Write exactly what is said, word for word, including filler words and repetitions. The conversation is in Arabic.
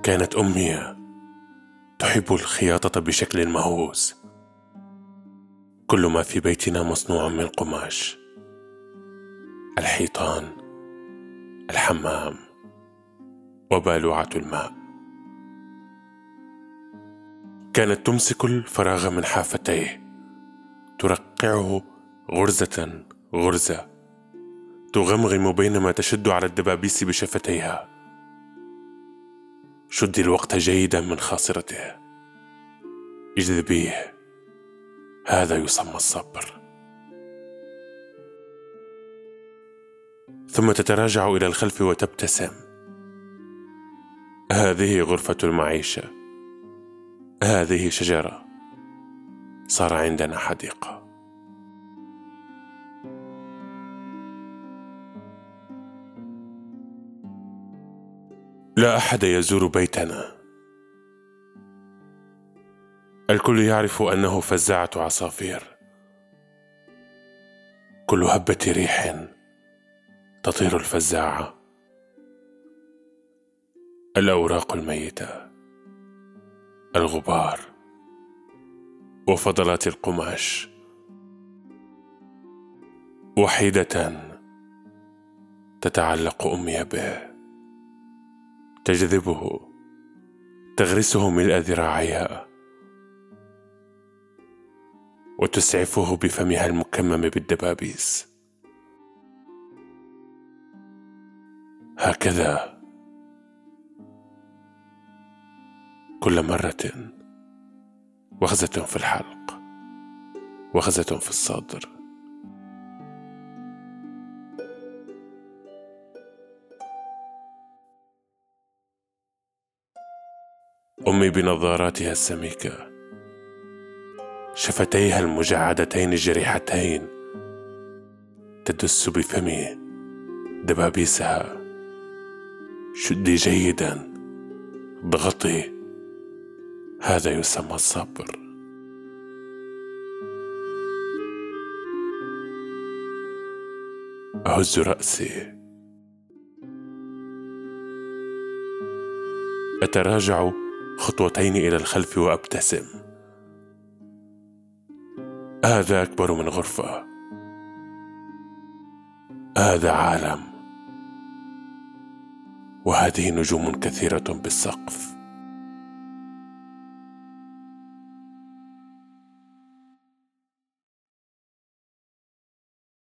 كانت أمي تحب الخياطة بشكل مهووس. كل ما في بيتنا مصنوع من قماش: الحيطان، الحمام، وبالوعة الماء. كانت تمسك الفراغ من حافتيه، ترقعه غرزة غرزة، تغمغم بينما تشد على الدبابيس بشفتيها. شدي الوقت جيدا من خاصرته، اجذبيه، هذا يسمى الصبر. ثم تتراجع إلى الخلف وتبتسم. هذه غرفة المعيشة، هذه شجرة، صار عندنا حديقة. لا أحد يزور بيتنا، الكل يعرف أنه فزاعة عصافير. كل هبة ريح تطير الفزاعة، الأوراق الميتة، الغبار، وفضلات القماش. وحيدة تتعلق أمي به، تجذبه، تغرسه ملء ذراعيها، وتسعفه بفمها المكمم بالدبابيس. هكذا كل مرة، وغزة في الحلق، وغزة في الصدر. أمي بنظاراتها السميكة، شفتيها المجعدتين الجريحتين، تدس بفمي دبابيسها. شدي جيدا، ضغطي، هذا يسمى الصبر. أهز رأسي، أتراجع خطوتين إلى الخلف وأبتسم. هذا أكبر من غرفة، هذا عالم، وهذه نجوم كثيرة بالسقف.